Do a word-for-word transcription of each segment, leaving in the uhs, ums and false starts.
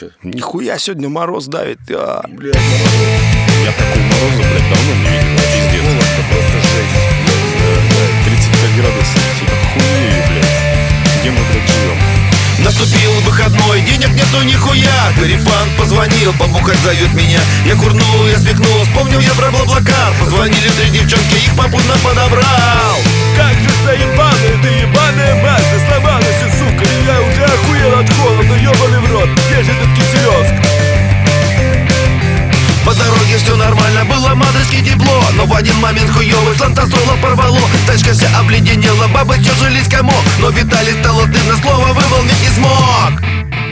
Нихуя сегодня мороз давит, а. Блядь, мороз. Я такого мороза, блядь, давно не видел. Пиздец. Это просто жесть. тридцать пять градусов, сука, хуею, блядь. Где мы, блядь, живем? Наступил выходной, денег нету нихуя. Корефан позвонил, побухать зовет меня. Я курнул, я свихнул, вспомнил я про Блаблакар. Позвонили три девчонки, их попутно подобрал. Как же ты ебаная, ты ебаная мать. Ты сломалась, и, сука, и я уже охуел от холода. Ёбаный в рот, где же этот Киселёвск? По дороге все нормально, было матушке тепло. Но в один момент хуёвый слантосола порвало. Тачка вся обледенела, бабы стёжились кому. Но Виталий стало стыдно, слово вымолвить не смог.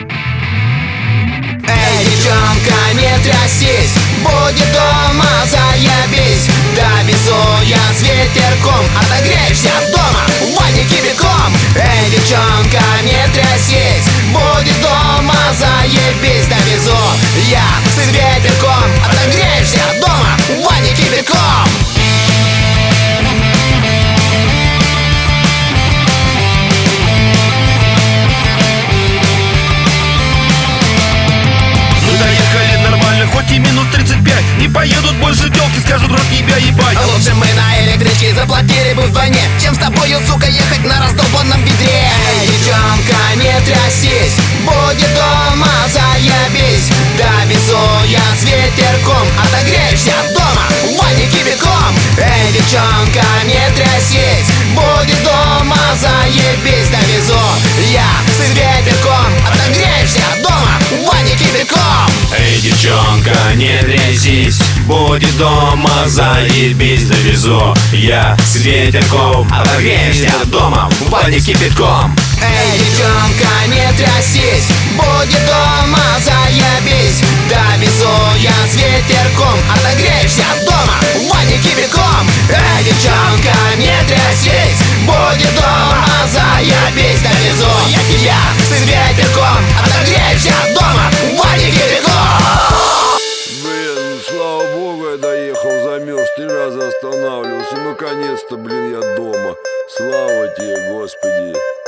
Эй, девчонка, не трясись, будет дома, заебись. Довезу я с ветерком, отогреешься дома, в ванне кипятком. Эй, девчонка, не трясись, будет дома, заебись. Довезу я с ветерком, отогреешься дома, в ванне кипятком. Хоть и минус тридцать пять, не поедут больше тёлки, скажут рот тебя ебать. А лучше мы на электричке заплатили бы вдвойне, чем с тобою, сука, ехать на раздолбанном ведре. Эй, девчонка, не трясись, будет дома, заебись. Довезу я с ветерком, отогреешься дома, в ванне кипятком. Эй, девчонка, не трясись, будет дома, заебись. Довезу я с ветерком, отогреешься дома, в ванне кипятком. Эй, девчонка, не трясись, будет дома, заебись. Довезу я с ветерком, отогреешься дома, в ванне кипятком. Эй, девчонка, не трясись, будет дома, заебись. Довезу я с ветерком, отогреешься дома, в ванне кипятком. Эй, девчонка, не трясись, будет дома, заебись. Довезу я с ветерком, отогреешься дома, в ванне кипятком. Блин, слава богу, я доехал, замерз, три раза останавливался. Наконец-то, блин, я дома. Слава тебе, Господи.